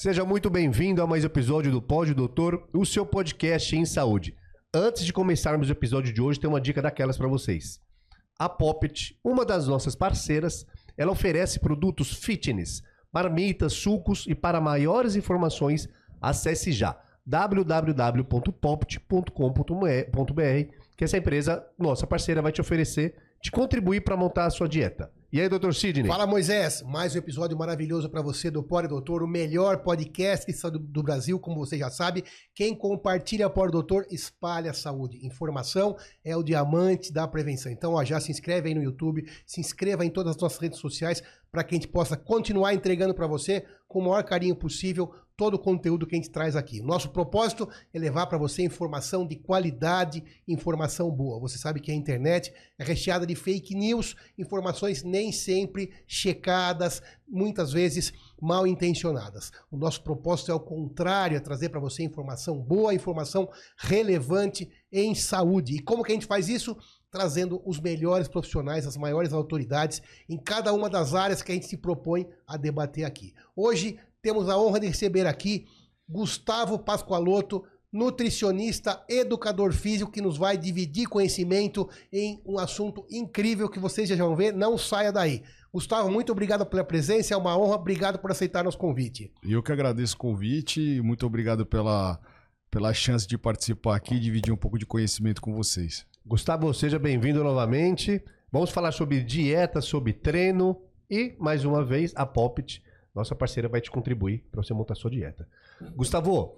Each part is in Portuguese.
Seja muito bem-vindo a mais um episódio do Pod Doutor, o seu podcast em saúde. Antes de começarmos o episódio de hoje, tem uma dica daquelas para vocês. A Poppet, uma das nossas parceiras, ela oferece produtos fitness, marmitas, sucos e para maiores informações, acesse já www.poppet.com.br, que essa empresa, nossa parceira, vai te oferecer, te contribuir para montar a sua dieta. E aí, Dr. Sidney? Fala, Moisés. Mais um episódio maravilhoso para você do Pod Doutor, o melhor podcast do Brasil, como você já sabe. Quem compartilha Pod Doutor, espalha a saúde. Informação é o diamante da prevenção. Então, ó, já se inscreve aí no YouTube, se inscreva em todas as nossas redes sociais para que a gente possa continuar entregando para você com o maior carinho possível todo o conteúdo que a gente traz aqui. O nosso propósito é levar para você informação de qualidade, informação boa. Você sabe que a internet é recheada de fake news, informações nem sempre checadas, muitas vezes mal intencionadas. O nosso propósito é o contrário, é trazer para você informação boa, informação relevante em saúde. E como que a gente faz isso? Trazendo os melhores profissionais, as maiores autoridades em cada uma das áreas que a gente se propõe a debater aqui. Hoje temos a honra de receber aqui Gustavo Pascoaloto, nutricionista, educador físico, que nos vai dividir conhecimento em um assunto incrível que vocês já vão ver. Não saia daí. Gustavo, muito obrigado pela presença, é uma honra, obrigado por aceitar nosso convite. Eu que agradeço o convite, muito obrigado pela chance de participar aqui e dividir um pouco de conhecimento com vocês. Gustavo, seja bem-vindo novamente. Vamos falar sobre dieta, sobre treino e, mais uma vez, a Poppet, nossa parceira, vai te contribuir para você montar a sua dieta. Gustavo,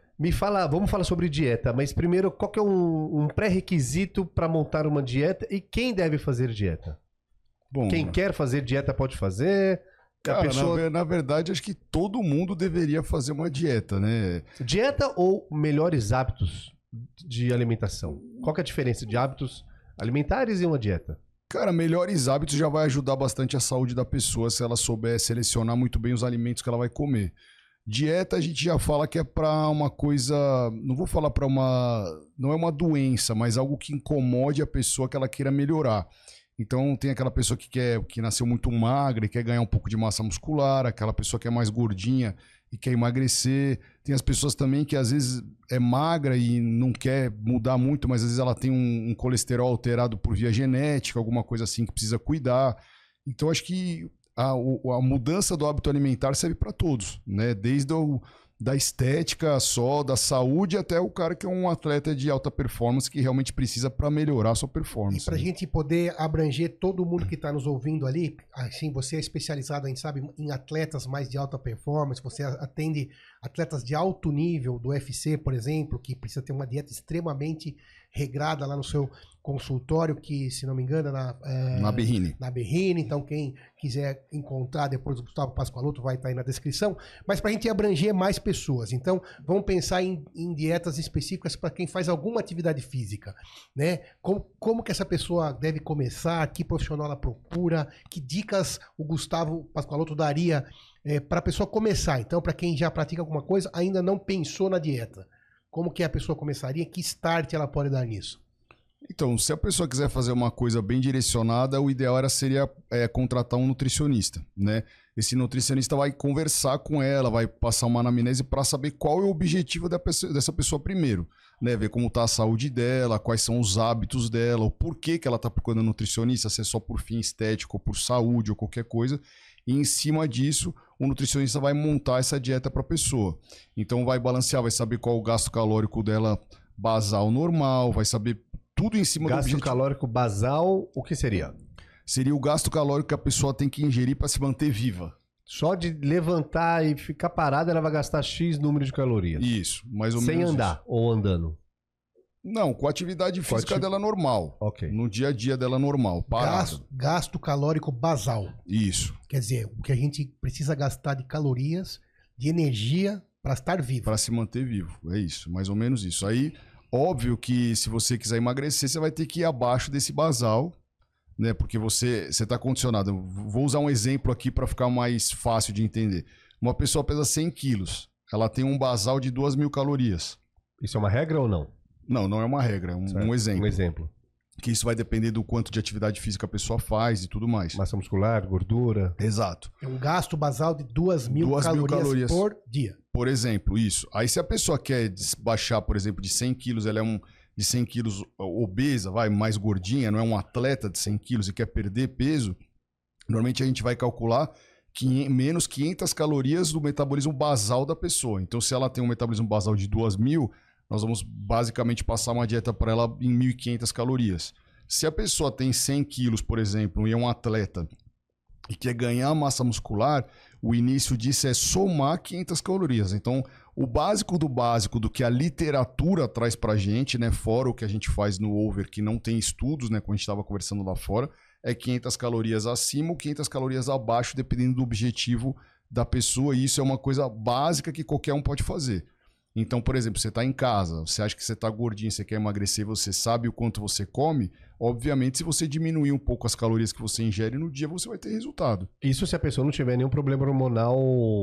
vamos falar sobre dieta, mas primeiro, qual que é um pré-requisito para montar uma dieta e quem deve fazer dieta? Bom, quem quer fazer dieta pode fazer? Cara, na verdade, acho que todo mundo deveria fazer uma dieta, né? Dieta ou melhores hábitos de alimentação? Qual que é a diferença de hábitos alimentares e uma dieta? Cara, melhores hábitos já vai ajudar bastante a saúde da pessoa se ela souber selecionar muito bem os alimentos que ela vai comer. Dieta a gente já fala que é para uma coisa, não vou falar para não é uma doença, mas algo que incomode a pessoa que ela queira melhorar. Então tem aquela pessoa que nasceu muito magra e quer ganhar um pouco de massa muscular, aquela pessoa que é mais gordinha e quer emagrecer. Tem as pessoas também que às vezes é magra e não quer mudar muito, mas às vezes ela tem um colesterol alterado por via genética, alguma coisa assim que precisa cuidar. Então acho que a mudança do hábito alimentar serve para todos, né? Desde da estética só, da saúde, até o cara que é um atleta de alta performance que realmente precisa para melhorar a sua performance. E para a gente poder abranger todo mundo que está nos ouvindo ali, assim, você é especializado, a gente sabe, em atletas mais de alta performance, você atende atletas de alto nível do UFC, por exemplo, que precisa ter uma dieta extremamente regrada lá no seu consultório, que, se não me engano, na Berrini. Na Berrini, então quem quiser encontrar depois o Gustavo Pascoaloto vai estar aí na descrição, mas para a gente abranger mais pessoas, então vamos pensar em dietas específicas para quem faz alguma atividade física, né? Como que essa pessoa deve começar, que profissional ela procura, que dicas o Gustavo Pascoaloto daria para a pessoa começar? Então, para quem já pratica alguma coisa, ainda não pensou na dieta, como que a pessoa começaria, que start ela pode dar nisso? Então, se a pessoa quiser fazer uma coisa bem direcionada, o ideal seria contratar um nutricionista, né? Esse nutricionista vai conversar com ela, vai passar uma anamnese para saber qual é o objetivo dessa pessoa primeiro, né? Ver como está a saúde dela, quais são os hábitos dela, o porquê que ela está procurando nutricionista, se é só por fim estético, ou por saúde, ou qualquer coisa. E em cima disso, o nutricionista vai montar essa dieta para a pessoa. Então vai balancear, vai saber qual o gasto calórico dela basal normal, vai saber tudo em cima do objetivo. Gasto calórico basal, o que seria? Seria o gasto calórico que a pessoa tem que ingerir para se manter viva. Só de levantar e ficar parada, ela vai gastar X número de calorias. Isso, mais ou menos. Sem andar isso. Ou andando? Não, com a atividade física dela normal. Ok. No dia a dia dela normal, parado. Gasto calórico basal. Isso. Quer dizer, o que a gente precisa gastar de calorias, de energia para estar vivo. Para se manter vivo, é isso, mais ou menos isso. Aí, óbvio que se você quiser emagrecer, você vai ter que ir abaixo desse basal, né? Porque você está condicionado. Vou usar um exemplo aqui para ficar mais fácil de entender. Uma pessoa pesa 100 quilos, ela tem um basal de 2.000 calorias. Isso é uma regra ou não? Não, não é uma regra, é um exemplo. Um exemplo. que isso vai depender do quanto de atividade física a pessoa faz e tudo mais. Massa muscular, gordura. Exato. É um gasto basal de 2.000 calorias por dia. Por exemplo, isso. Aí se a pessoa quer baixar, por exemplo, de 100 quilos, ela é de 100 quilos obesa, mais gordinha, não é um atleta de 100 quilos e quer perder peso, normalmente a gente vai calcular menos 500 calorias do metabolismo basal da pessoa. Então, se ela tem um metabolismo basal de 2.000, nós vamos basicamente passar uma dieta para ela em 1.500 calorias. Se a pessoa tem 100 quilos, por exemplo, e é um atleta e quer ganhar massa muscular, o início disso é somar 500 calorias. Então, o básico do que a literatura traz para a gente, né, fora o que a gente faz no over, que não tem estudos, né, como a gente estava conversando lá fora, é 500 calorias acima ou 500 calorias abaixo, dependendo do objetivo da pessoa. E isso é uma coisa básica que qualquer um pode fazer. Então, por exemplo, você está em casa, você acha que você está gordinho, você quer emagrecer, você sabe o quanto você come, obviamente, se você diminuir um pouco as calorias que você ingere no dia, você vai ter resultado. Isso se a pessoa não tiver nenhum problema hormonal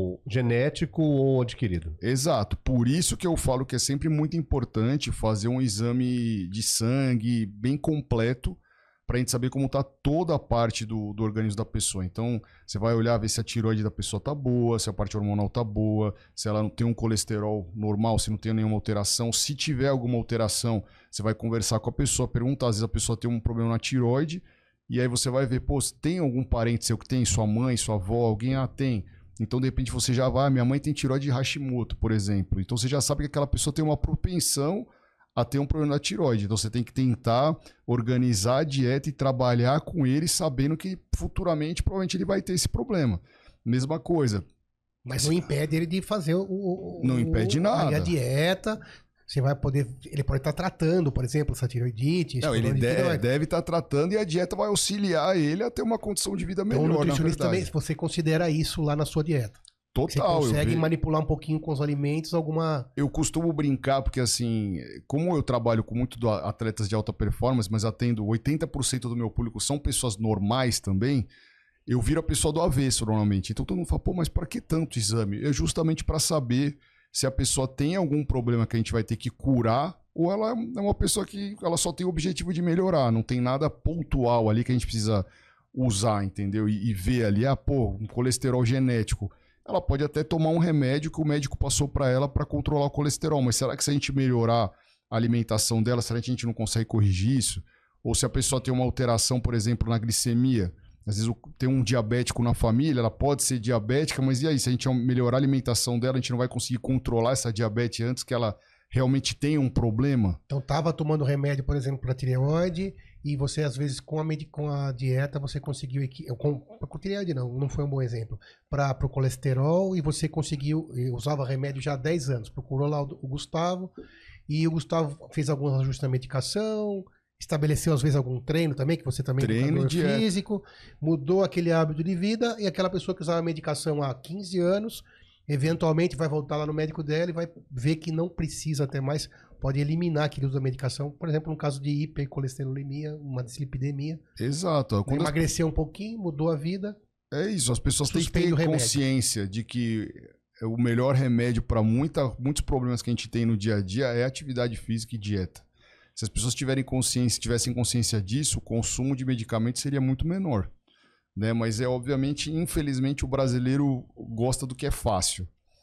genético ou adquirido. Exato. Por isso que eu falo que é sempre muito importante fazer um exame de sangue bem completo, para a gente saber como está toda a parte do organismo da pessoa. Então, você vai olhar, ver se a tireoide da pessoa está boa, se a parte hormonal está boa, se ela não tem um colesterol normal, se não tem nenhuma alteração. Se tiver alguma alteração, você vai conversar com a pessoa, perguntar, às vezes a pessoa tem um problema na tireoide, e aí você vai ver, pô, tem algum parente seu que tem? Sua mãe, sua avó, alguém? Ah, tem. Então, de repente, você já vai, minha mãe tem tireoide de Hashimoto, por exemplo. Então, você já sabe que aquela pessoa tem uma propensão a ter um problema na tireoide. Então você tem que tentar organizar a dieta e trabalhar com ele, sabendo que futuramente provavelmente ele vai ter esse problema. Mesma coisa. Mas não impede ele de fazer não impede nada. A dieta. Você vai poder. Ele pode estar tratando, por exemplo, essa tireoidite. Não, ele deve estar tratando e a dieta vai auxiliar ele a ter uma condição de vida melhor. Então, o nutricionista também, se você considera isso lá na sua dieta. Total. Você consegue manipular um pouquinho com os alimentos alguma... Eu costumo brincar, porque assim, como eu trabalho com muito atletas de alta performance, mas atendo 80% do meu público são pessoas normais também, eu viro a pessoa do avesso normalmente. Então todo mundo fala, pô, mas para que tanto exame? É justamente para saber se a pessoa tem algum problema que a gente vai ter que curar ou ela é uma pessoa que ela só tem o objetivo de melhorar, não tem nada pontual ali que a gente precisa usar, entendeu? E ver ali, um colesterol genético. Ela pode até tomar um remédio que o médico passou para ela para controlar o colesterol, mas será que se a gente melhorar a alimentação dela, será que a gente não consegue corrigir isso? Ou se a pessoa tem uma alteração, por exemplo, na glicemia, às vezes tem um diabético na família, ela pode ser diabética, mas e aí, se a gente melhorar a alimentação dela, a gente não vai conseguir controlar essa diabetes antes que ela realmente tenha um problema? Então tava tomando remédio, por exemplo, para tireoide, e você, às vezes, com a dieta, você conseguiu... Com tireoide não foi um bom exemplo. Para o colesterol, e você conseguiu... Usava remédio já há 10 anos. Procurou lá o Gustavo, e o Gustavo fez algum ajuste na medicação, estabeleceu, às vezes, algum treino também, que você também é educador físico, mudou aquele hábito de vida, e aquela pessoa que usava a medicação há 15 anos, eventualmente vai voltar lá no médico dela e vai ver que não precisa até mais... Pode eliminar aquele uso da medicação, por exemplo, no caso de hipercolesterolemia, uma dislipidemia. Exato. Quando emagreceu um pouquinho, mudou a vida. É isso, as pessoas têm que ter consciência de que o melhor remédio para muitos problemas que a gente tem no dia a dia é atividade física e dieta. Se as pessoas tivessem consciência disso, o consumo de medicamentos seria muito menor. Né? Mas obviamente, infelizmente, o brasileiro gosta do que é fácil.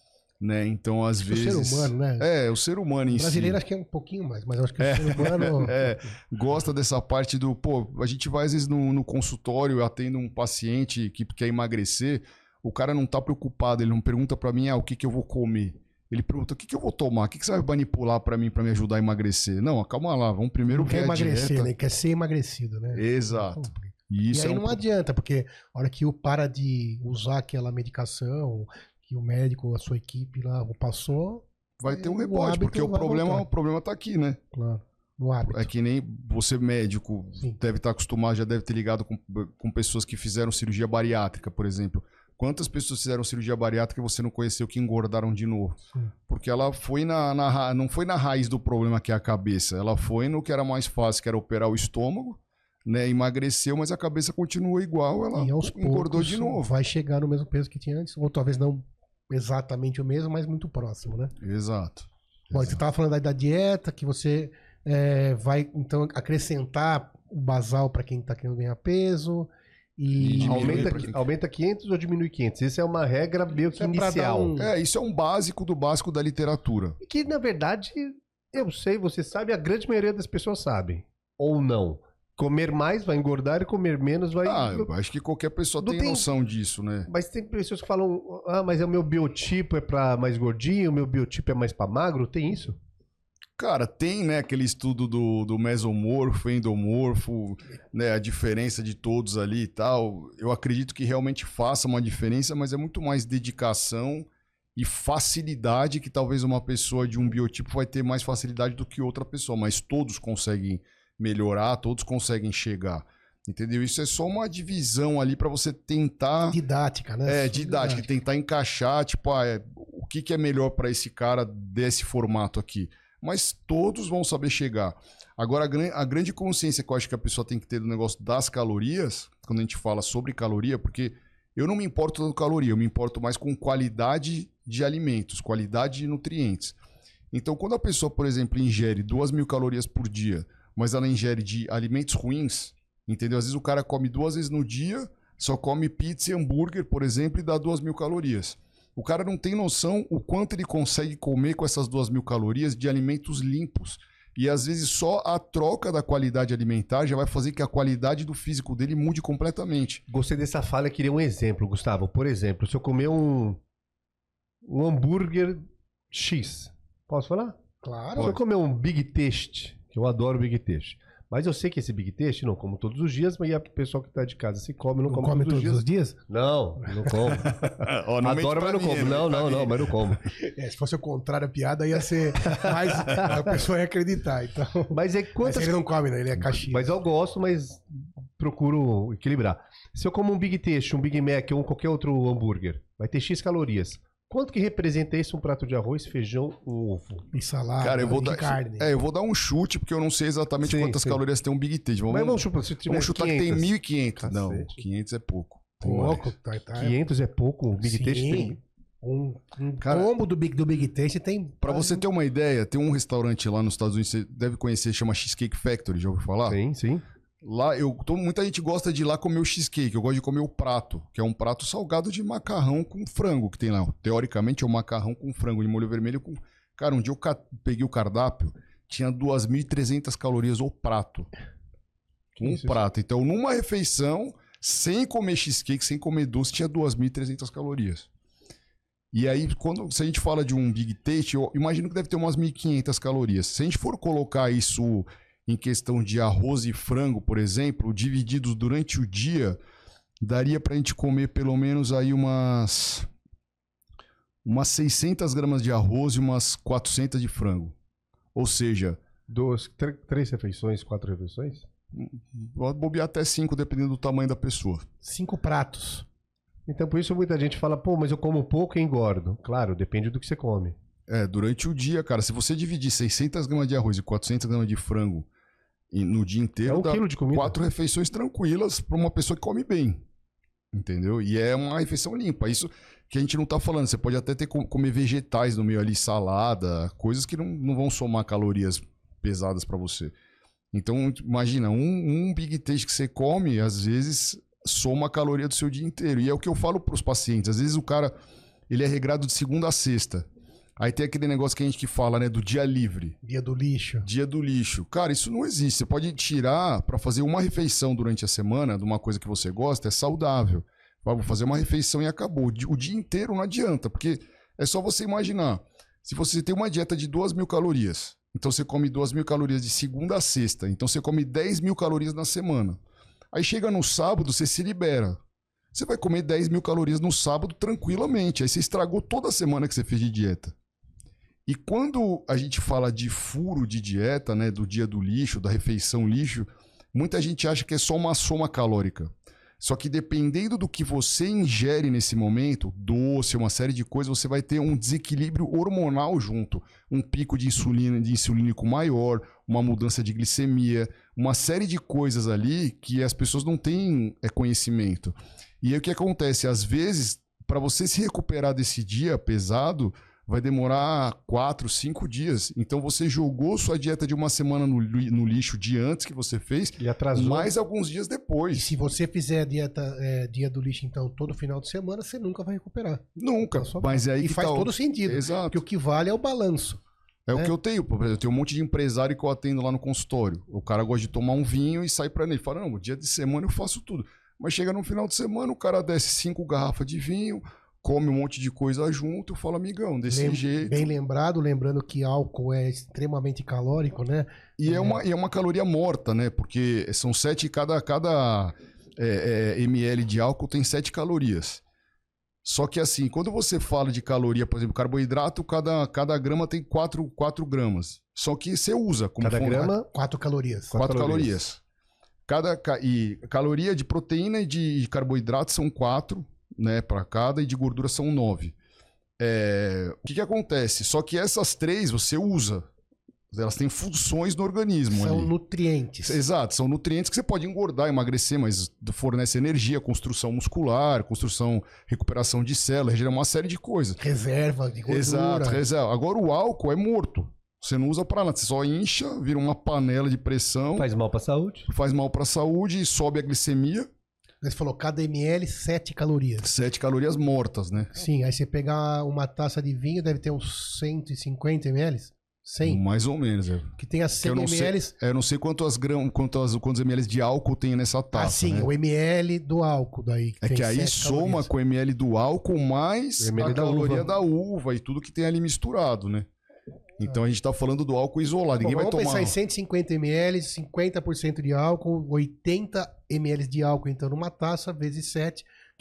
Né? Então, às vezes... O ser humano, né? O ser humano em si. O brasileiro acho que é um pouquinho mais, mas eu acho que o ser humano... gosta dessa parte do... Pô, a gente vai às vezes no consultório, atendo um paciente que quer emagrecer, o cara não tá preocupado, ele não pergunta pra mim, o que eu vou comer? Ele pergunta, o que eu vou tomar? O que você vai manipular pra mim, pra me ajudar a emagrecer? Não, calma lá, vamos primeiro ver a dieta. Quer emagrecer, né? Quer ser emagrecido, né? Exato. E aí não adianta, porque a hora que o para de usar aquela medicação... que o médico, a sua equipe lá passou... Vai ter um rebote, porque o problema tá aqui, né? Claro, no hábito. É que nem você médico, deve estar acostumado, já deve ter ligado com pessoas que fizeram cirurgia bariátrica, por exemplo. Quantas pessoas fizeram cirurgia bariátrica e você não conheceu que engordaram de novo? Sim. Porque ela foi não foi na raiz do problema que é a cabeça, ela foi no que era mais fácil, que era operar o estômago, né, emagreceu, mas a cabeça continua igual, ela engordou de novo. Vai chegar no mesmo peso que tinha antes, ou talvez não exatamente o mesmo, mas muito próximo, né? Exato. Bom, você estava falando da dieta, que você vai, então, acrescentar o basal para quem tá querendo ganhar peso. E aumenta 500 ou diminui 500? Isso é uma regra meio que inicial. Isso é um básico do básico da literatura. Que, na verdade, eu sei, você sabe, a grande maioria das pessoas sabem. Ou não. Comer mais vai engordar e comer menos vai... eu acho que qualquer pessoa tem noção disso, né? Mas tem pessoas que falam, mas o meu biotipo é pra mais gordinho, o meu biotipo é mais pra magro, tem isso? Cara, tem, né, aquele estudo do mesomorfo, endomorfo, né, a diferença de todos ali e tal. Eu acredito que realmente faça uma diferença, mas é muito mais dedicação e facilidade que talvez uma pessoa de um biotipo vai ter mais facilidade do que outra pessoa, mas todos conseguem melhorar, todos conseguem chegar. Entendeu? Isso é só uma divisão ali para você tentar... Didática, né? Didática. Tentar encaixar, tipo, o que é melhor para esse cara desse formato aqui. Mas todos vão saber chegar. Agora, a grande consciência que eu acho que a pessoa tem que ter do negócio das calorias, quando a gente fala sobre caloria, porque eu não me importo tanto com caloria, eu me importo mais com qualidade de alimentos, qualidade de nutrientes. Então, quando a pessoa, por exemplo, ingere 2.000 calorias por dia, mas ela ingere de alimentos ruins, entendeu? Às vezes o cara come 2 vezes no dia, só come pizza e hambúrguer, por exemplo, e dá 2.000 calorias. O cara não tem noção o quanto ele consegue comer com essas 2.000 calorias de alimentos limpos. E às vezes só a troca da qualidade alimentar já vai fazer que a qualidade do físico dele mude completamente. Gostei dessa fala, queria um exemplo, Gustavo. Por exemplo, se eu comer um hambúrguer X, posso falar? Claro. Se eu comer um Big Taste, que eu adoro Big Taste, mas eu sei que esse Big Taste não como todos os dias, mas e a pessoa que tá de casa se come, não come todos os dias? Não, não como. Adoro, mas não como. Não, mas não como. Se fosse o contrário, a piada ia ser mais... a pessoa ia acreditar, então... Mas ele não come, né? Ele é caixinha. Mas eu gosto, mas procuro equilibrar. Se eu como um Big Taste, um Big Mac ou qualquer outro hambúrguer, vai ter X calorias. Quanto que representa isso um prato de arroz, feijão, um ovo? E salada, cara, carne. Eu vou dar um chute, porque eu não sei exatamente quantas calorias tem um Big Taste. Vamos chutar que tem 1.500. Não, 500 é pouco. Pouco, tá. 500 é pouco? O Big Taste tem... Um combo do Big Taste tem... Pra você ter uma ideia, tem um restaurante lá nos Estados Unidos, você deve conhecer, chama Cheesecake Factory, já ouviu falar? Sim. Lá, muita gente gosta de ir lá comer o cheesecake. Eu gosto de comer o prato, que é um prato salgado de macarrão com frango que tem lá. Teoricamente é um macarrão com frango de molho vermelho. Cara, um dia eu peguei o cardápio, tinha 2.300 calorias o prato. Prato. Então, numa refeição, sem comer cheesecake, sem comer doce, tinha 2.300 calorias. E aí, se a gente fala de um Big Taste, eu imagino que deve ter umas 1.500 calorias. Se a gente for colocar isso... em questão de arroz e frango, por exemplo, divididos durante o dia, daria pra gente comer pelo menos aí umas 600 gramas de arroz e umas 400 de frango. Ou seja... 3 refeições, 4 refeições? Pode bobear até 5, dependendo do tamanho da pessoa. 5 pratos. Então, por isso muita gente fala, mas eu como pouco e engordo. Claro, depende do que você come. Durante o dia, cara, se você dividir 600 gramas de arroz e 400 gramas de frango no dia inteiro, dá 1 quilo de comida. 4 refeições tranquilas para uma pessoa que come bem. Entendeu? E é uma refeição limpa. Isso que a gente não tá falando. Você pode até comer vegetais no meio ali, salada, coisas que não vão somar calorias pesadas para você. Então, imagina, um Big Taste que você come, às vezes, soma a caloria do seu dia inteiro. E é o que eu falo pros pacientes. Às vezes o cara, ele é regrado de segunda a sexta. Aí tem aquele negócio que a gente fala, né? Do dia livre. Dia do lixo. Dia do lixo. Cara, isso não existe. Você pode tirar pra fazer uma refeição durante a semana de uma coisa que você gosta, é saudável. Vou fazer uma refeição e acabou. O dia inteiro não adianta, porque é só você imaginar. Se você tem uma dieta de 2.000 calorias, então você come 2.000 calorias de segunda a sexta, então você come 10.000 calorias na semana. Aí chega no sábado, você se libera. Você vai comer 10.000 calorias no sábado tranquilamente. Aí você estragou toda a semana que você fez de dieta. E quando a gente fala de furo de dieta, né, do dia do lixo, da refeição lixo, muita gente acha que é só uma soma calórica. Só que dependendo do que você ingere nesse momento, doce, uma série de coisas, você vai ter um desequilíbrio hormonal junto. Um pico de insulínico maior, uma mudança de glicemia, uma série de coisas ali que as pessoas não têm conhecimento. E aí o que acontece? Às vezes, para você se recuperar desse dia pesado, vai demorar 4, 5 dias. Então você jogou sua dieta de uma semana no lixo de antes que você fez, E atrasou. mais alguns dias E depois. se você fizer a dieta dia do lixo, então, todo final de semana, você nunca vai recuperar. Nunca. Só- Mas é aí e que faz tá o- todo sentido. Exato. Porque o que vale é o balanço. É o né? que eu tenho. Por exemplo, eu tenho um monte de empresário que eu atendo lá no consultório. O cara gosta de tomar um vinho e sai pra ele. Fala, não, dia de semana eu faço tudo. Mas chega no final de semana, o cara desce 5 garrafas de vinho, come um monte de coisa junto. Eu falo, amigão, desse jeito. Bem lembrado, lembrando que álcool é extremamente calórico, né? E é uma caloria morta, né? Porque são 7, cada ml de álcool tem 7 calorias. Só que assim, quando você fala de caloria, por exemplo, carboidrato, cada grama tem 4 gramas. Só que você usa como Cada fonte. grama, 4 calorias. 4 calorias. E caloria de proteína e de carboidrato são 4, né, para cada, e de gordura são 9. O que acontece? Só que essas 3 você usa. Elas têm funções no organismo São ali. nutrientes. Exato, são nutrientes que você pode engordar, emagrecer, mas fornece energia, construção muscular, recuperação de células, regenera uma série de coisas. Reserva de gordura. Exato. Agora o álcool é morto. Você não usa pra nada, você só incha, vira uma panela de pressão, faz mal pra saúde. faz mal pra saúde, sobe a glicemia, Você falou, cada ml, 7 calorias. 7 calorias mortas, né? Sim, aí você pegar uma taça de vinho, deve ter uns 150 ml. 100. Mais ou menos. Que tem as 100 Eu não sei, ml. eu não sei quantos ml de álcool tem nessa taça. Assim, né? o ml do álcool daí. É tem que aí 7 soma calorias. com o ml do álcool mais O ml a da caloria uva. da uva e tudo que tem ali misturado, né? Então a gente tá falando do álcool isolado. Bom, Ninguém vai vamos tomar. pensar em 150 ml, 50% de álcool, 80 ml de álcool, então numa taça, vezes 7,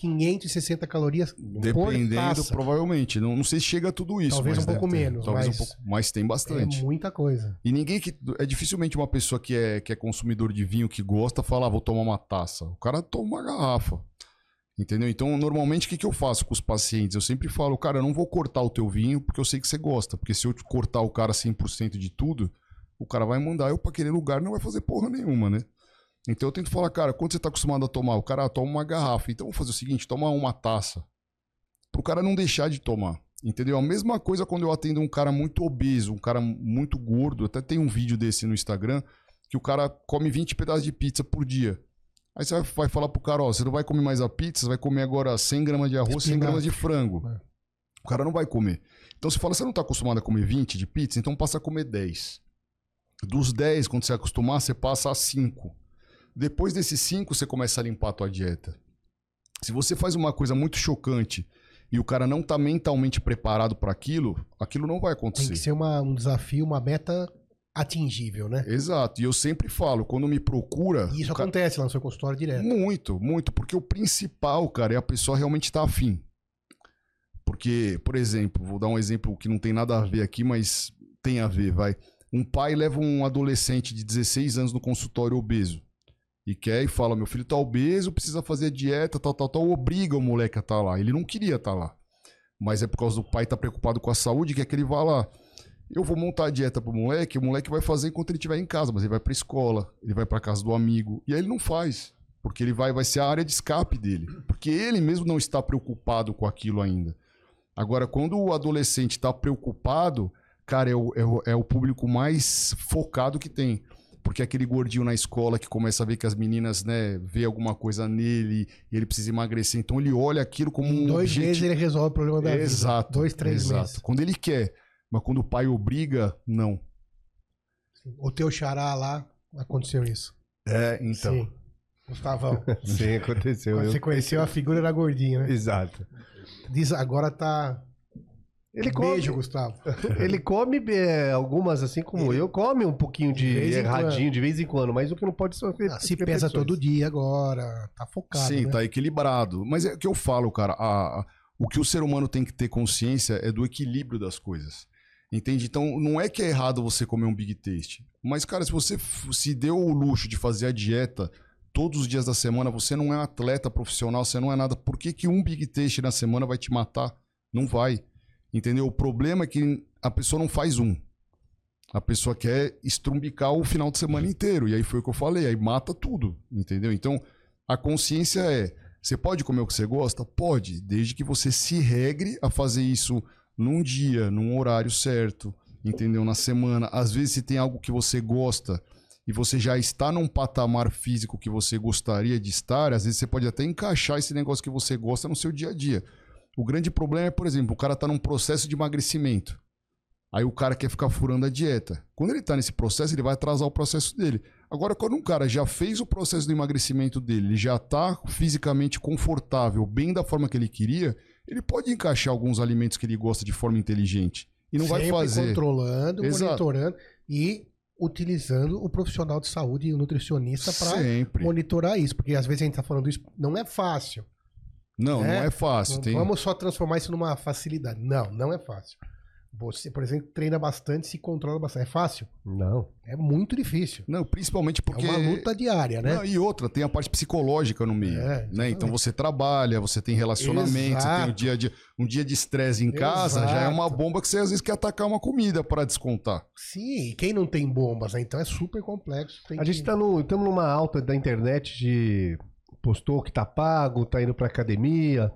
560 calorias por Dependendo, taça. provavelmente. Não sei se chega a tudo isso. Talvez mas um pouco deve ter. menos, Talvez mas um pouco. Mas tem bastante. É muita coisa. E ninguém que. É dificilmente uma pessoa que é consumidor de vinho, que gosta, fala, vou tomar uma taça. O cara toma uma garrafa. Entendeu? Então, normalmente, o que eu faço com os pacientes? Eu sempre falo, cara, eu não vou cortar o teu vinho porque eu sei que você gosta. Porque se eu cortar o cara 100% de tudo, o cara vai mandar eu pra aquele lugar e não vai fazer porra nenhuma, né? Então eu tento falar, cara, quando você tá acostumado a tomar? O cara toma uma garrafa. Então vamos fazer o seguinte, toma uma taça. Pro cara não deixar de tomar. Entendeu? A mesma coisa quando eu atendo um cara muito obeso, um cara muito gordo. Até tem um vídeo desse no Instagram, que o cara come 20 pedaços de pizza por dia. Aí você vai falar pro cara, ó, você não vai comer mais a pizza, você vai comer agora 100 gramas de arroz, 100 gramas de frango. É. O cara não vai comer. Então você fala, você não tá acostumado a comer 20 de pizza, então passa a comer 10. Dos 10, quando você acostumar, você passa a 5. Depois desses 5, você começa a limpar a tua dieta. Se você faz uma coisa muito chocante e o cara não tá mentalmente preparado para aquilo não vai acontecer. Tem que ser um desafio, uma meta atingível, né? Exato. E eu sempre falo, quando me procura... E isso o cara- acontece lá no seu consultório direto. Muito, muito. Porque o principal, cara, é a pessoa realmente estar afim. Porque, por exemplo, vou dar um exemplo que não tem nada a ver aqui, mas tem a ver, vai. Um pai leva um adolescente de 16 anos no consultório obeso. E quer e fala, meu filho tá obeso, precisa fazer dieta, tal, obriga o moleque a estar lá. Ele não queria estar lá. Mas é por causa do pai tá preocupado com a saúde, quer que ele vá lá. Eu vou montar a dieta pro moleque, o moleque vai fazer enquanto ele estiver em casa, mas ele vai pra escola, ele vai pra casa do amigo, e aí ele não faz, porque ele vai ser a área de escape dele, porque ele mesmo não está preocupado com aquilo ainda. Agora, quando o adolescente está preocupado, cara, é o público mais focado que tem. Porque é aquele gordinho na escola que começa a ver que as meninas, né, vê alguma coisa nele e ele precisa emagrecer. Então ele olha aquilo como Em 2 meses ele resolve o problema da vida. Exato. 2, 3 exato. meses. Quando ele quer. Mas quando o pai obriga, não. O teu xará lá, aconteceu isso. Então. Sim. Gustavão. Sim, aconteceu. Você conheceu a figura da gordinha, né? Exato. Diz, agora tá... Ele come, Beijo, Gustavo. ele come algumas, assim como eu, come um pouquinho De de vez em erradinho de vez em quando, mas o que não pode sofrer. Ah, se pesa todo dia agora, tá focado, Sim, né? tá equilibrado. Mas é o que eu falo, cara. O que o ser humano tem que ter consciência é do equilíbrio das coisas. Entende? Então, não é que é errado você comer um Big Taste. Mas, cara, se você se deu o luxo de fazer a dieta todos os dias da semana, você não é um atleta profissional, você não é nada. Por que um Big Taste na semana vai te matar? Não vai. Entendeu? O problema é que a pessoa não faz um. A pessoa quer estrumbicar o final de semana inteiro. E aí foi o que eu falei, aí mata tudo. Entendeu? Então, a consciência é... Você pode comer o que você gosta? Pode, desde que você se regre a fazer isso num dia, num horário certo, entendeu? Na semana. Às vezes, se tem algo que você gosta e você já está num patamar físico que você gostaria de estar, às vezes você pode até encaixar esse negócio que você gosta no seu dia a dia. O grande problema é, por exemplo, o cara está num processo de emagrecimento. Aí o cara quer ficar furando a dieta. Quando ele está nesse processo, ele vai atrasar o processo dele. Agora, quando um cara já fez o processo do emagrecimento dele, ele já está fisicamente confortável, bem da forma que ele queria, ele pode encaixar alguns alimentos que ele gosta de forma inteligente. E não vai fazer. Controlando, Exato. monitorando e utilizando o profissional de saúde e o nutricionista para monitorar isso. Porque às vezes a gente está falando isso, não é fácil. Não, né? não é fácil. Vamos só transformar isso numa facilidade. Não, não é fácil. Você, por exemplo, treina bastante, se controla bastante. É fácil? Não. É muito difícil. Não, principalmente porque... É uma luta diária, né? Não, e outra, tem a parte psicológica no meio. Né? Então você trabalha, você tem relacionamento, você tem um dia de estresse em casa, já é uma bomba que você às vezes quer atacar uma comida para descontar. Sim, e quem não tem bombas, né? Então é super complexo. Gente estamos numa alta da internet de postou que tá pago, tá indo pra academia.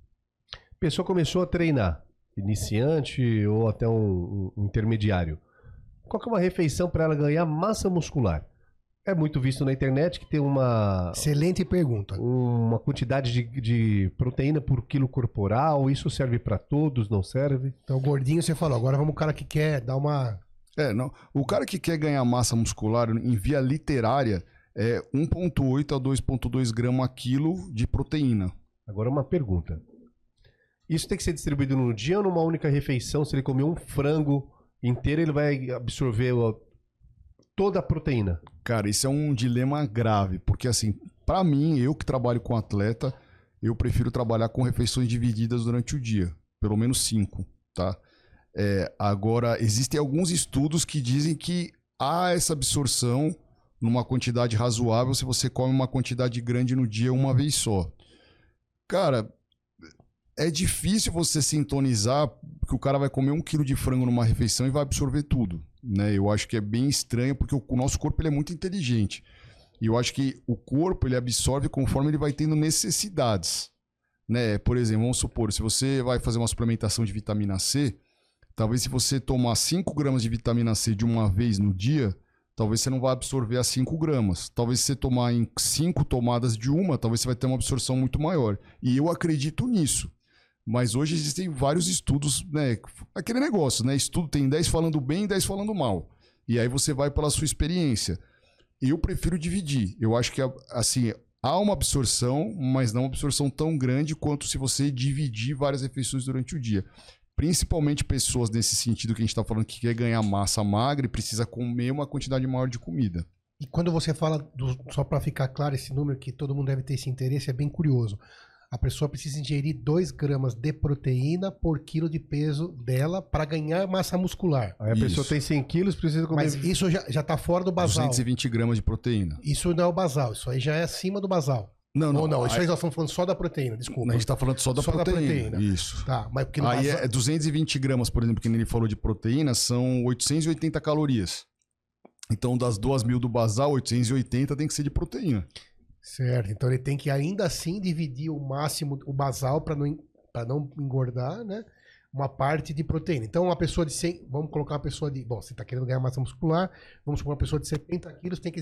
A pessoa começou a treinar. Iniciante ou até um intermediário. Qual que é uma refeição para ela ganhar massa muscular? É muito visto na internet que tem uma... Excelente pergunta. Uma quantidade de proteína por quilo corporal. Isso serve para todos, não serve? Então, gordinho, você falou. Agora vamos o cara que quer dar uma... Não. O cara que quer ganhar massa muscular em via literária é 1,8 a 2,2 gramas a quilo de proteína. Agora uma pergunta. Isso tem que ser distribuído no dia ou numa única refeição? Se ele comer um frango inteiro, ele vai absorver toda a proteína? Cara, isso é um dilema grave, porque assim, pra mim, eu que trabalho com atleta, eu prefiro trabalhar com refeições divididas durante o dia, pelo menos 5, tá? Agora, existem alguns estudos que dizem que há essa absorção numa quantidade razoável se você come uma quantidade grande no dia uma vez só. Cara... É difícil você sintonizar que o cara vai comer 1 quilo de frango numa refeição e vai absorver tudo, né? Eu acho que é bem estranho porque o nosso corpo ele é muito inteligente. E eu acho que o corpo ele absorve conforme ele vai tendo necessidades, né? Por exemplo, vamos supor, se você vai fazer uma suplementação de vitamina C, talvez se você tomar 5 gramas de vitamina C de uma vez no dia, talvez você não vá absorver as 5 gramas. Talvez se você tomar em 5 tomadas de uma, talvez você vai ter uma absorção muito maior. E eu acredito nisso. Mas hoje existem vários estudos, né? Aquele negócio, né? Estudo tem 10 falando bem e 10 falando mal. E aí você vai pela sua experiência. Eu prefiro dividir. Eu acho que, assim, há uma absorção, mas não uma absorção tão grande quanto se você dividir várias refeições durante o dia. Principalmente pessoas nesse sentido que a gente está falando que quer ganhar massa magra e precisa comer uma quantidade maior de comida. E quando você fala, só para ficar claro, esse número que todo mundo deve ter esse interesse, é bem curioso. A pessoa precisa ingerir 2 gramas de proteína por quilo de peso dela para ganhar massa muscular. Aí a pessoa tem 100 quilos, precisa comer... Mas isso já tá fora do basal. 220 gramas de proteína. Isso não é o basal, isso aí já é acima do basal. Não, Ou não, isso aí nós estamos falando só da proteína, desculpa. A gente está falando só da proteína. Isso. Tá, mas porque no aí basal... é 220 gramas, por exemplo, que ele falou de proteína, são 880 calorias. Então, das 2.000 do basal, 880 tem que ser de proteína. Certo, então ele tem que ainda assim dividir o máximo, o basal para não engordar, né? Uma parte de proteína. Então, uma pessoa de 100, vamos colocar uma pessoa de, bom, você está querendo ganhar massa muscular, vamos supor uma pessoa de 70 quilos tem que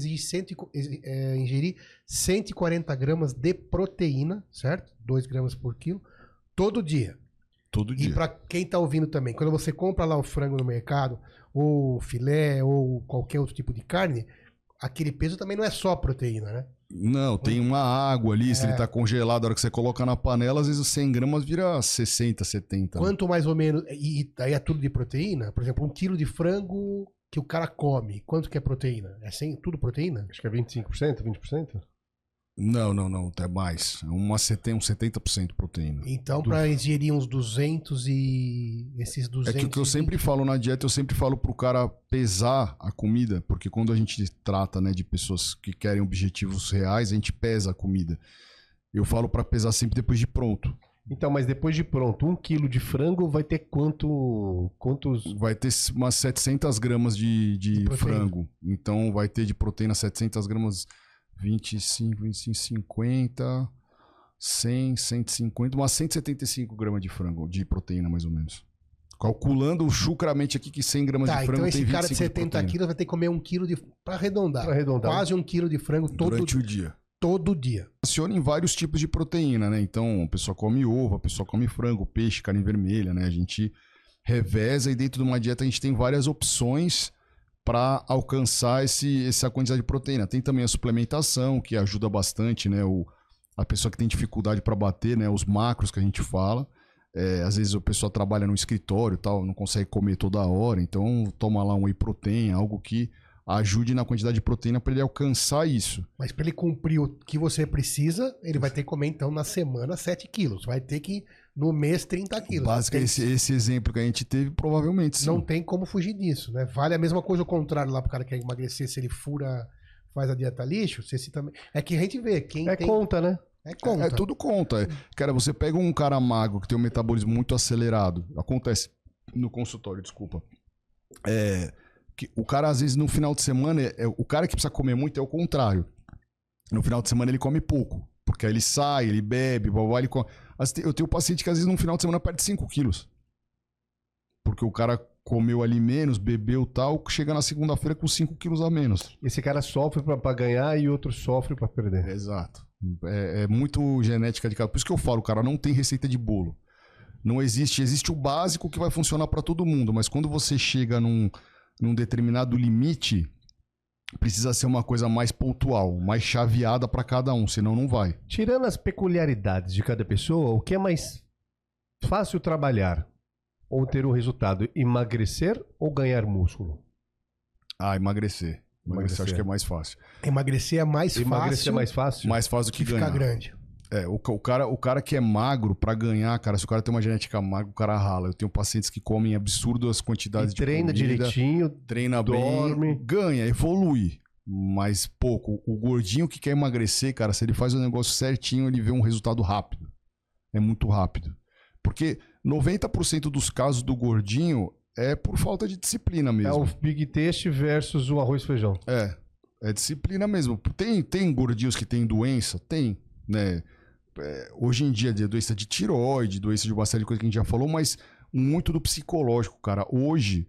ingerir 140 gramas de proteína, certo? 2 gramas por quilo, todo dia. Todo dia. E para quem está ouvindo também, quando você compra lá o frango no mercado, ou filé, ou qualquer outro tipo de carne, aquele peso também não é só proteína, né? Não, tem uma água ali, se ele tá congelado, a hora que você coloca na panela, às vezes 100 gramas vira 60, 70. Quanto mais ou menos, e aí é tudo de proteína? Por exemplo, 1 quilo de frango que o cara come, quanto que é proteína? É tudo proteína? Acho que é 25%, 20%? Não, até mais. Uns 70% proteína. Então, para ingerir uns 200 e esses 200... É que o que eu sempre falo na dieta, eu sempre falo pro cara pesar a comida, porque quando a gente trata, né, de pessoas que querem objetivos reais, a gente pesa a comida. Eu falo para pesar sempre depois de pronto. Então, mas depois de pronto, 1 quilo de frango vai ter quantos... Vai ter umas 700 gramas de frango. Então, vai ter de proteína 700 gramas... 25, 50, 100, 150, umas 175 gramas de frango, de proteína mais ou menos. Calculando chucramente aqui que 100 gramas de frango então tem esse 25 cara de 70 proteína. quilos vai ter que comer 1 quilo pra arredondar. Quase 1 quilo de frango durante o dia. Todo dia. Funciona em vários tipos de proteína, né? Então, a pessoa come ovo, a pessoa come frango, peixe, carne vermelha, né? A gente reveza e dentro de uma dieta a gente tem várias opções para alcançar essa quantidade de proteína. Tem também a suplementação, que ajuda bastante, né? A pessoa que tem dificuldade para bater, né? Os macros que a gente fala. Às vezes a pessoa trabalha no escritório e tal, não consegue comer toda hora, então toma lá um whey protein, algo que ajude na quantidade de proteína para ele alcançar isso. Mas para ele cumprir o que você precisa, ele vai ter que comer então na semana 7 quilos. Vai ter que no mês 30 quilos. Basicamente, esse exemplo que a gente teve, provavelmente sim. Não tem como fugir disso, né? Vale a mesma coisa ao contrário lá pro cara que quer emagrecer, se ele faz a dieta lixo, se esse também... É que a gente vê, quem tem... conta, né? É conta. É tudo conta. Cara, você pega um cara magro que tem um metabolismo muito acelerado, acontece no consultório, desculpa. Que o cara, às vezes, no final de semana, o cara que precisa comer muito é o contrário. No final de semana ele come pouco, porque aí ele sai, ele bebe, ele come. Eu tenho um paciente que às vezes no final de semana perde 5 quilos. Porque o cara comeu ali menos, bebeu tal, chega na segunda-feira com 5 quilos a menos. Esse cara sofre pra ganhar e outro sofre pra perder. Exato. É muito genética de cada. Por isso que eu falo, cara, não tem receita de bolo. Não existe. Existe o básico que vai funcionar para todo mundo, mas quando você chega num determinado limite, precisa ser uma coisa mais pontual, mais chaveada para cada um, senão não vai. Tirando as peculiaridades de cada pessoa, o que é mais fácil trabalhar ou ter o resultado? Emagrecer ou ganhar músculo? Emagrecer. Emagrecer acho que é mais fácil. Emagrecer é mais fácil. Emagrecer é mais fácil? Mais fácil do que ganhar. Ficar grande. O cara que é magro, pra ganhar, cara, se o cara tem uma genética magra, o cara rala. Eu tenho pacientes que comem absurdas quantidades de treina comida, direitinho, treina dorme, bem, ganha, evolui, mas pouco. O gordinho que quer emagrecer, cara, se ele faz o negócio certinho, ele vê um resultado rápido. É muito rápido. Porque 90% dos casos do gordinho é por falta de disciplina mesmo. É o Big Taste versus o arroz e feijão. É disciplina mesmo. Tem gordinhos que têm doença? Tem, né? Hoje em dia, doença de tireoide, doença de uma série de coisas que a gente já falou, mas muito do psicológico, cara. Hoje,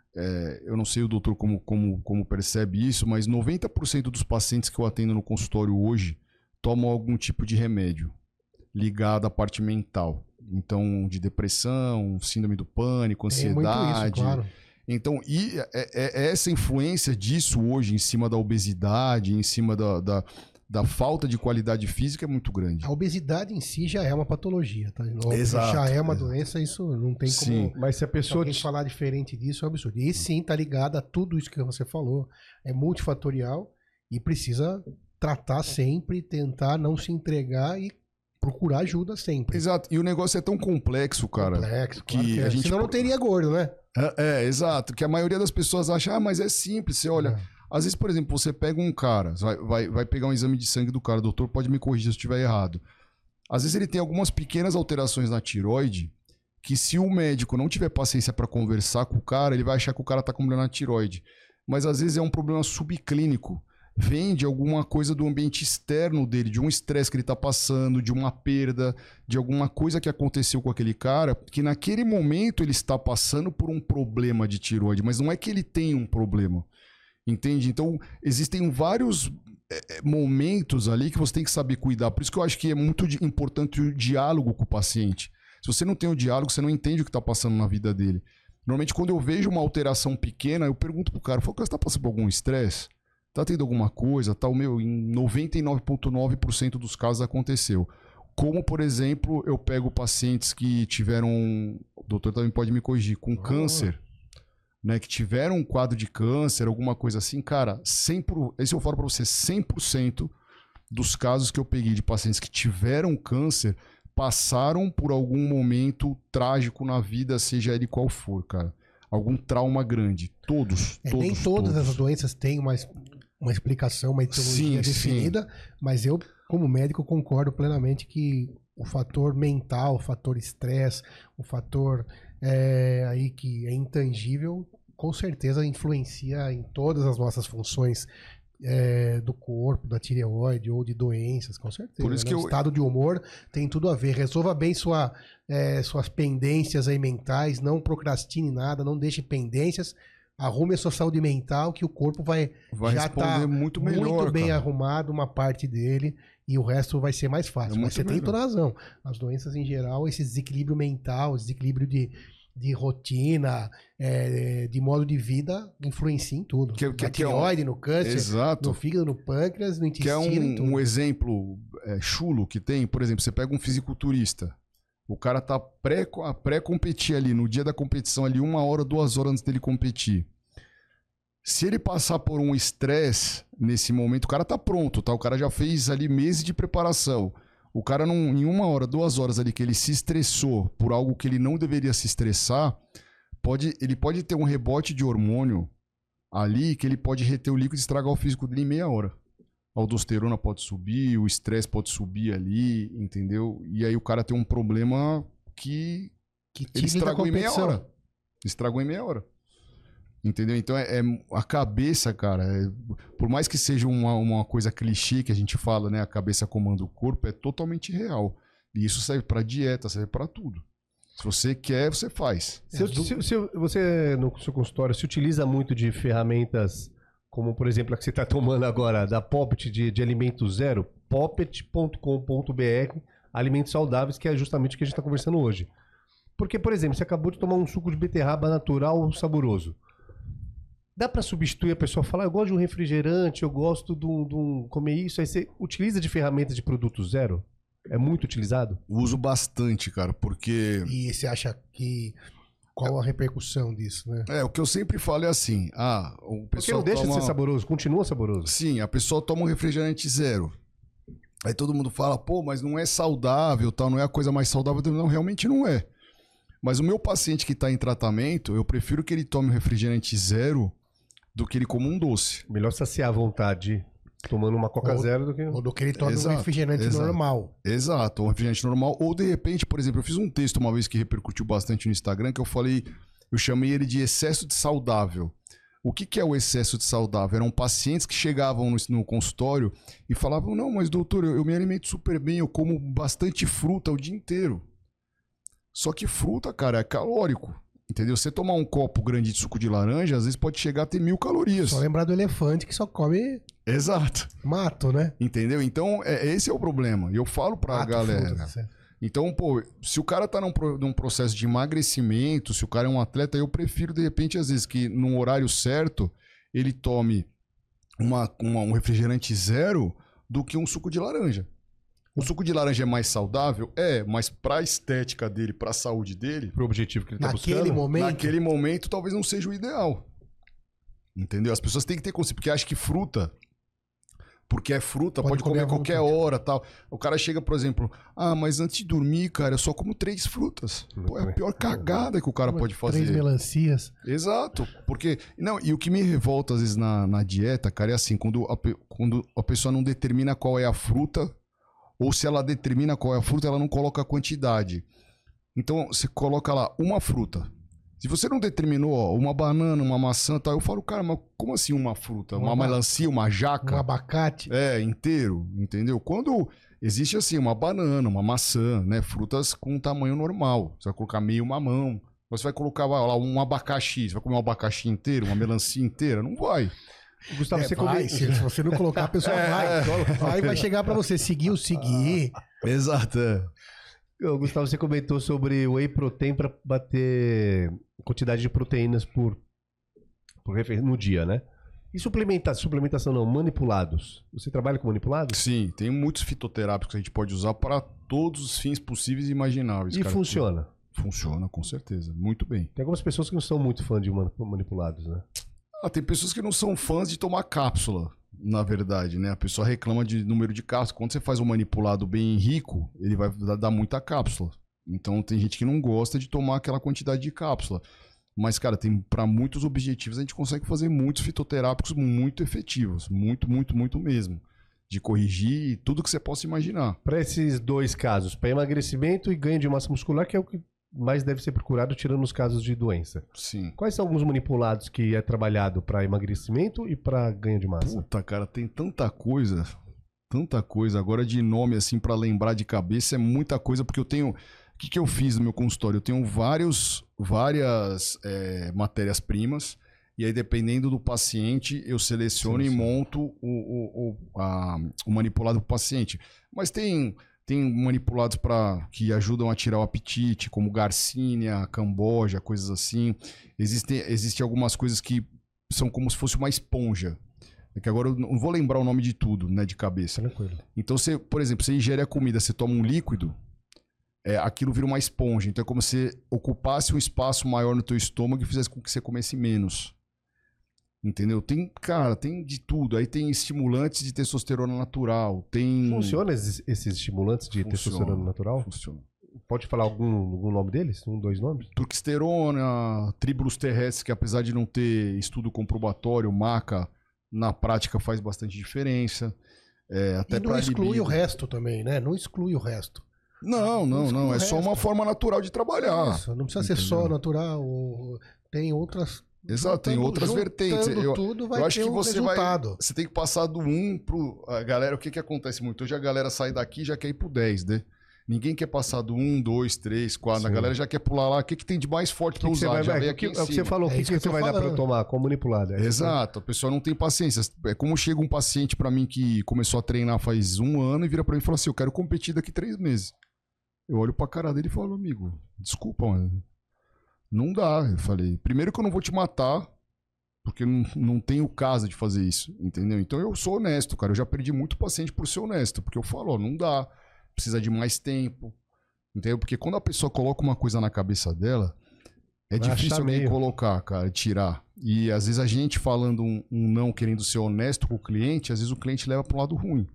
eu não sei o doutor como percebe isso, mas 90% dos pacientes que eu atendo no consultório hoje tomam algum tipo de remédio ligado à parte mental. Então, de depressão, síndrome do pânico, ansiedade. Muito isso, claro. Então, essa influência disso hoje em cima da obesidade, em cima da falta de qualidade física é muito grande. A obesidade em si já é uma patologia, tá? Exato, já é uma doença, isso não tem como... Mas se a pessoa... falar diferente disso é um absurdo. E sim, tá ligado a tudo isso que você falou. É multifatorial e precisa tratar sempre, tentar não se entregar e procurar ajuda sempre. Exato. E o negócio é tão complexo, cara. Complexo, que claro que a gente... Senão não teria gordo, né? Exato. Que a maioria das pessoas acha, mas é simples. Você olha... Às vezes, por exemplo, você pega um cara, vai pegar um exame de sangue do cara, o doutor pode me corrigir se eu estiver errado. Às vezes ele tem algumas pequenas alterações na tireoide que se o médico não tiver paciência para conversar com o cara, ele vai achar que o cara tá com problema na tireoide. Mas às vezes é um problema subclínico. Vem de alguma coisa do ambiente externo dele, de um estresse que ele tá passando, de uma perda, de alguma coisa que aconteceu com aquele cara, que naquele momento ele está passando por um problema de tireoide, mas não é que ele tem um problema. Entende? Então, existem vários momentos ali que você tem que saber cuidar. Por isso que eu acho que é muito importante o diálogo com o paciente. Se você não tem o diálogo, você não entende o que está passando na vida dele. Normalmente, quando eu vejo uma alteração pequena, eu pergunto pro cara, você está passando por algum estresse? Tá tendo alguma coisa? Tá, em 99,9% dos casos aconteceu. Como, por exemplo, eu pego pacientes que tiveram, o doutor também pode me corrigir, com câncer, né, que tiveram um quadro de câncer, alguma coisa assim, cara, esse eu falo pra você, 100% dos casos que eu peguei de pacientes que tiveram câncer passaram por algum momento trágico na vida, seja ele qual for, cara. Algum trauma grande. Todos. Nem todas essas doenças têm uma explicação, uma etiologia definida, mas eu, como médico, concordo plenamente que o fator mental, o fator estresse, o fator aí que é intangível, com certeza influencia em todas as nossas funções do corpo, da tireoide ou de doenças, com certeza. Por isso que o estado de humor tem tudo a ver. Resolva bem suas pendências aí mentais, não procrastine nada, não deixe pendências. Arrume a sua saúde mental, que o corpo vai já responder muito melhor, muito bem cara. arrumado, uma parte dele, e o resto vai ser mais fácil. Mas você tem toda a razão. As doenças, em geral, esse desequilíbrio mental, esse desequilíbrio de rotina, de modo de vida, influencia em tudo. Na tireoide, no câncer, exato. no fígado, no pâncreas, no intestino. Que é em tudo. um exemplo chulo que tem, por exemplo, você pega um fisiculturista, o cara tá pré-competir ali, no dia da competição ali, 1 hora, 2 horas antes dele competir. Se ele passar por um estresse nesse momento, o cara tá pronto, tá? O cara já fez ali meses de preparação. O cara, em 1 hora, 2 horas ali que ele se estressou por algo que ele não deveria se estressar, ele pode ter um rebote de hormônio ali que ele pode reter o líquido e estragar o físico dele em meia hora. A aldosterona pode subir, o estresse pode subir ali, entendeu? E aí o cara tem um problema que ele estragou em meia hora. Estragou em meia hora. Entendeu? Então a cabeça, cara, por mais que seja uma coisa clichê que a gente fala, né? A cabeça comanda o corpo, é totalmente real. E isso serve pra dieta, serve pra tudo. Se você quer, você faz. Você, no seu consultório, se utiliza muito de ferramentas como, por exemplo, a que você está tomando agora, da Poppet de alimento zero, poppet.com.br, alimentos saudáveis, que é justamente o que a gente está conversando hoje. Porque, por exemplo, você acabou de tomar um suco de beterraba natural saboroso. Dá para substituir a pessoa falar, eu gosto de um refrigerante, eu gosto de comer isso, aí você utiliza de ferramentas de produto zero? É muito utilizado? Uso bastante, cara, porque... E você acha que... Qual a repercussão disso, né? O que eu sempre falo é assim, o pessoal porque não deixa de ser saboroso, continua saboroso. Sim, a pessoa toma um refrigerante zero. Aí todo mundo fala, pô, mas não é saudável, tal, não é a coisa mais saudável. Não, realmente não é. Mas o meu paciente que está em tratamento, eu prefiro que ele tome um refrigerante zero do que ele coma um doce. Melhor saciar a vontade tomando uma Coca Zero do que... Ou do que ele tome um refrigerante normal. Exato, um refrigerante normal. Ou, de repente, por exemplo, eu fiz um texto uma vez que repercutiu bastante no Instagram, que eu chamei ele de excesso de saudável. O que é o excesso de saudável? Eram pacientes que chegavam no consultório e falavam, não, mas doutor, eu me alimento super bem, eu como bastante fruta o dia inteiro. Só que fruta, cara, é calórico. Entendeu? Você tomar um copo grande de suco de laranja, às vezes pode chegar a ter 1000 calorias. Só lembrar do elefante que só come... Exato. Mato, né? Entendeu? Então, esse é o problema. E eu falo pra galera. Fruta, então, pô, se o cara tá num processo de emagrecimento, se o cara é um atleta, eu prefiro, de repente, às vezes, que num horário certo, ele tome um refrigerante zero do que um suco de laranja. O suco de laranja é mais saudável? Mas pra estética dele, pra saúde dele... Pro objetivo que ele tá buscando? Naquele momento, talvez não seja o ideal. Entendeu? As pessoas têm que ter consciência, porque acham que fruta... Porque é fruta, pode comer a qualquer hora, tal. O cara chega, por exemplo... mas antes de dormir, cara, eu só como 3 frutas. Pô, é a pior cagada que o cara pode fazer. 3 melancias. Exato. Porque... Não, e o que me revolta, às vezes, na dieta, cara, é assim... Quando a pessoa não determina qual é a fruta... Ou se ela determina qual é a fruta, ela não coloca a quantidade. Então, você coloca lá uma fruta. Se você não determinou, uma banana, uma maçã, tal, eu falo, cara, mas como assim uma fruta? Uma melancia, uma jaca? Um abacate? Inteiro, entendeu? Quando existe assim, uma banana, uma maçã, né? Frutas com tamanho normal. Você vai colocar meio mamão. Você vai colocar lá um abacaxi. Você vai comer um abacaxi inteiro, uma melancia inteira? Não vai. Gustavo, se você não colocar, a pessoa vai chegar pra você. Seguir. Exato. Gustavo, você comentou sobre whey protein para bater quantidade de proteínas no dia, né? E suplementação não, manipulados. Você trabalha com manipulados? Sim, tem muitos fitoterápicos que a gente pode usar para todos os fins possíveis e imagináveis. E cara, funciona? Funciona, com certeza. Muito bem. Tem algumas pessoas que não são muito fãs de manipulados, né? Tem pessoas que não são fãs de tomar cápsula, na verdade, né? A pessoa reclama de número de cápsulas. Quando você faz um manipulado bem rico, ele vai dar muita cápsula. Então tem gente que não gosta de tomar aquela quantidade de cápsula. Mas, cara, para muitos objetivos a gente consegue fazer muitos fitoterápicos muito efetivos. Muito, muito, muito mesmo. De corrigir tudo que você possa imaginar. Para esses dois casos, para emagrecimento e ganho de massa muscular, que é o que mais deve ser procurado tirando os casos de doença. Sim. Quais são alguns manipulados que é trabalhado para emagrecimento e para ganho de massa? Puta, cara, tem tanta coisa. Tanta coisa. Agora de nome, assim, pra lembrar de cabeça é muita coisa, porque eu tenho... O que eu fiz no meu consultório? Eu tenho várias matérias-primas, e aí, dependendo do paciente, eu seleciono e monto o manipulado pro paciente. Mas tem manipulados que ajudam a tirar o apetite, como Garcinia, Camboja, coisas assim. Existem algumas coisas que são como se fosse uma esponja. É que agora eu não vou lembrar o nome de tudo, né, de cabeça. Tranquilo. Então, por exemplo, você ingere a comida, você toma um líquido, aquilo vira uma esponja. Então é como se você ocupasse um espaço maior no teu estômago e fizesse com que você comesse menos. Entendeu? Tem de tudo. Aí tem estimulantes de testosterona natural. Funciona esses estimulantes de testosterona natural? Funciona. Pode falar algum nome deles? Dois nomes? Turquisterona, Tribulus terrestres, que apesar de não ter estudo comprobatório, maca, na prática faz bastante diferença. Até e não exclui libido. o resto também, né? Não exclui o resto. Não. É só uma forma natural de trabalhar. Isso, não precisa ser só natural. Tem outras... Exato, tem outras vertentes. Tudo vai eu acho ter que resultado. você tem que passar do 1 pro... A galera, o que acontece muito? Hoje a galera sai daqui e já quer ir pro 10, né? Ninguém quer passar do 1, 2, 3, 4. Sim. A galera já quer pular lá. O que tem de mais forte pra usar? Já vem aqui em cima. Você falou, o que você vai dar pra eu tomar? Como manipulado. Exato, a pessoa não tem paciência. É como chega um paciente pra mim que começou a treinar faz 1 ano e vira pra mim e fala assim, eu quero competir daqui 3 meses. Eu olho pra cara dele e falo, amigo, desculpa, mano. Não dá. Eu falei, primeiro que eu não vou te matar, porque não tenho casa de fazer isso, entendeu? Então eu sou honesto, cara. Eu já perdi muito paciente por ser honesto, porque eu falo, ó, não dá, precisa de mais tempo, entendeu? Porque quando a pessoa coloca uma coisa na cabeça dela, é difícil alguém colocar, cara, tirar. E às vezes a gente falando um não, querendo ser honesto com o cliente, às vezes o cliente leva para um lado ruim.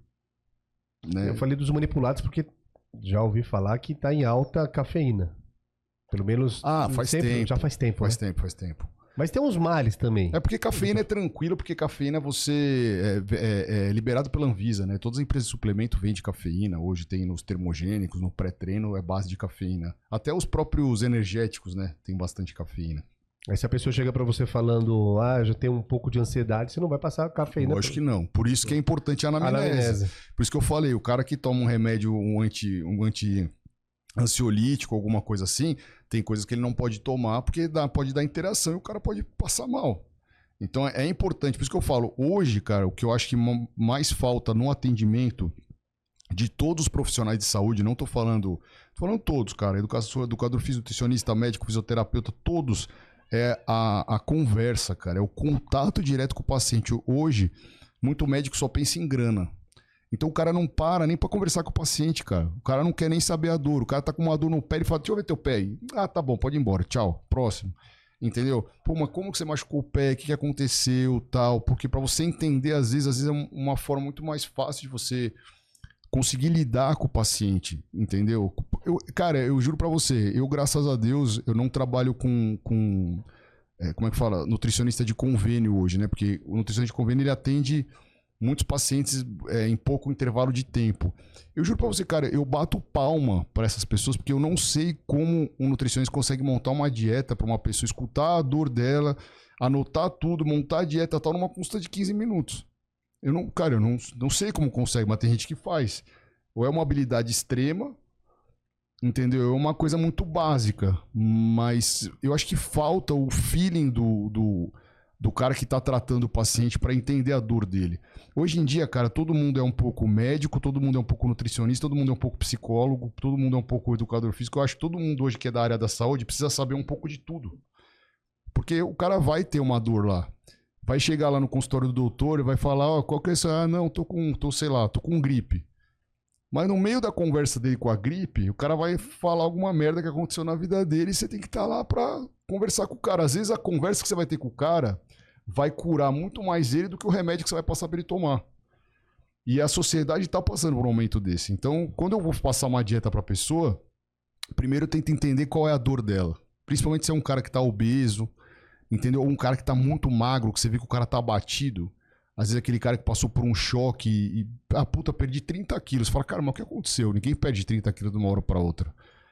Né? Eu falei dos manipulados porque já ouvi falar que tá em alta cafeína. Pelo menos... faz tempo. Já faz tempo, Faz né? tempo. Mas tem uns males também. É porque cafeína é tranquilo, porque cafeína você é liberado pela Anvisa, né? Todas as empresas de suplemento vendem cafeína. Hoje tem nos termogênicos, no pré-treino, é base de cafeína. Até os próprios energéticos, né? Tem bastante cafeína. Aí se a pessoa chega pra você falando, já tem um pouco de ansiedade, você não vai passar cafeína. Lógico que não. Por isso que é importante a anamnese. Por isso que eu falei, o cara que toma um remédio, um ansiolítico, alguma coisa assim, tem coisas que ele não pode tomar porque pode dar interação e o cara pode passar mal. Então é importante, por isso que eu falo, hoje, cara, o que eu acho que mais falta no atendimento de todos os profissionais de saúde, não tô falando todos, cara, educador físico, nutricionista, médico, fisioterapeuta, todos, é a conversa, cara, é o contato direto com o paciente. Hoje, muito médico só pensa em grana. Então o cara não para nem pra conversar com o paciente, cara. O cara não quer nem saber a dor. O cara tá com uma dor no pé e fala, deixa eu ver teu pé aí. Tá bom, pode ir embora, tchau, próximo. Entendeu? Pô, mas como que você machucou o pé? O que aconteceu, tal? Porque pra você entender, às vezes é uma forma muito mais fácil de você conseguir lidar com o paciente, entendeu? Cara, eu juro pra você, graças a Deus, eu não trabalho com como é que fala? Nutricionista de convênio hoje, né? Porque o nutricionista de convênio, ele atende muitos pacientes em pouco intervalo de tempo. Eu juro pra você, cara, eu bato palma pra essas pessoas porque eu não sei como um nutricionista consegue montar uma dieta pra uma pessoa, escutar a dor dela, anotar tudo, montar a dieta tal numa consulta de 15 minutos. Eu não sei como consegue, mas tem gente que faz. Ou é uma habilidade extrema, entendeu? É uma coisa muito básica, mas eu acho que falta o feeling do cara que tá tratando o paciente para entender a dor dele. Hoje em dia, cara, todo mundo é um pouco médico, todo mundo é um pouco nutricionista, todo mundo é um pouco psicólogo, todo mundo é um pouco educador físico. Eu acho que todo mundo hoje que é da área da saúde precisa saber um pouco de tudo. Porque o cara vai ter uma dor lá. Vai chegar lá no consultório do doutor e vai falar, qual que é isso? Não, tô com gripe. Mas no meio da conversa dele com a gripe, o cara vai falar alguma merda que aconteceu na vida dele e você tem que estar lá pra conversar com o cara. Às vezes a conversa que você vai ter com o cara vai curar muito mais ele do que o remédio que você vai passar pra ele tomar. E a sociedade tá passando por um momento desse. Então, quando eu vou passar uma dieta pra pessoa, primeiro eu tento entender qual é a dor dela. Principalmente se é um cara que tá obeso, entendeu? Ou um cara que tá muito magro, que você vê que o cara tá abatido. Às vezes aquele cara que passou por um choque e perdi 30 quilos. Você fala, cara, mas o que aconteceu? Ninguém perde 30 quilos de uma hora pra outra.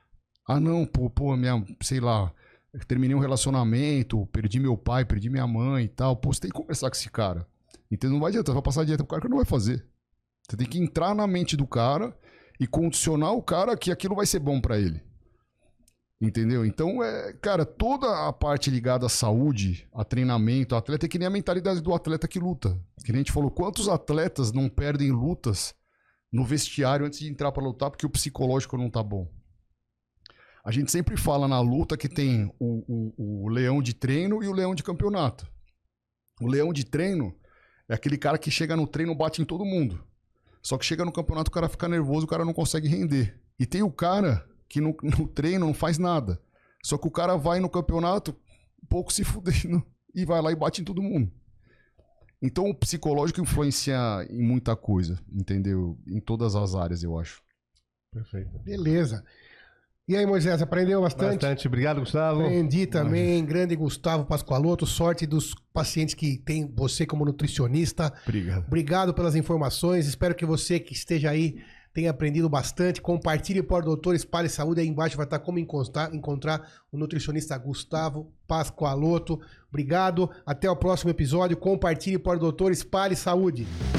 Ah, não, sei lá, terminei um relacionamento, perdi meu pai, perdi minha mãe e tal. Pô, você tem que conversar com esse cara. Então não vai adiantar, vai passar dieta pro cara que não vai fazer. Você tem que entrar na mente do cara e condicionar o cara que aquilo vai ser bom pra ele. Entendeu? Então, cara, toda a parte ligada à saúde, a treinamento, a atleta é que nem a mentalidade do atleta que luta. Que nem a gente falou, quantos atletas não perdem lutas no vestiário antes de entrar pra lutar porque o psicológico não tá bom? A gente sempre fala na luta que tem o leão de treino e o leão de campeonato. O leão de treino é aquele cara que chega no treino e bate em todo mundo. Só que chega no campeonato, o cara fica nervoso, o cara não consegue render. E tem o cara que no treino não faz nada. Só que o cara vai no campeonato, pouco se fudendo, e vai lá e bate em todo mundo. Então o psicológico influencia em muita coisa, entendeu? Em todas as áreas, eu acho. Perfeito. Beleza. E aí, Moisés, aprendeu bastante? Bastante. Obrigado, Gustavo. Aprendi também. Grande Gustavo Pascoaloto. Sorte dos pacientes que tem você como nutricionista. Obrigado. Obrigado pelas informações. Espero que você que esteja aí tenha aprendido bastante. Compartilhe para o doutor, espalhe saúde. Aí embaixo vai estar como encontrar o nutricionista Gustavo Pascoaloto. Obrigado. Até o próximo episódio. Compartilhe para o doutor, espalhe saúde.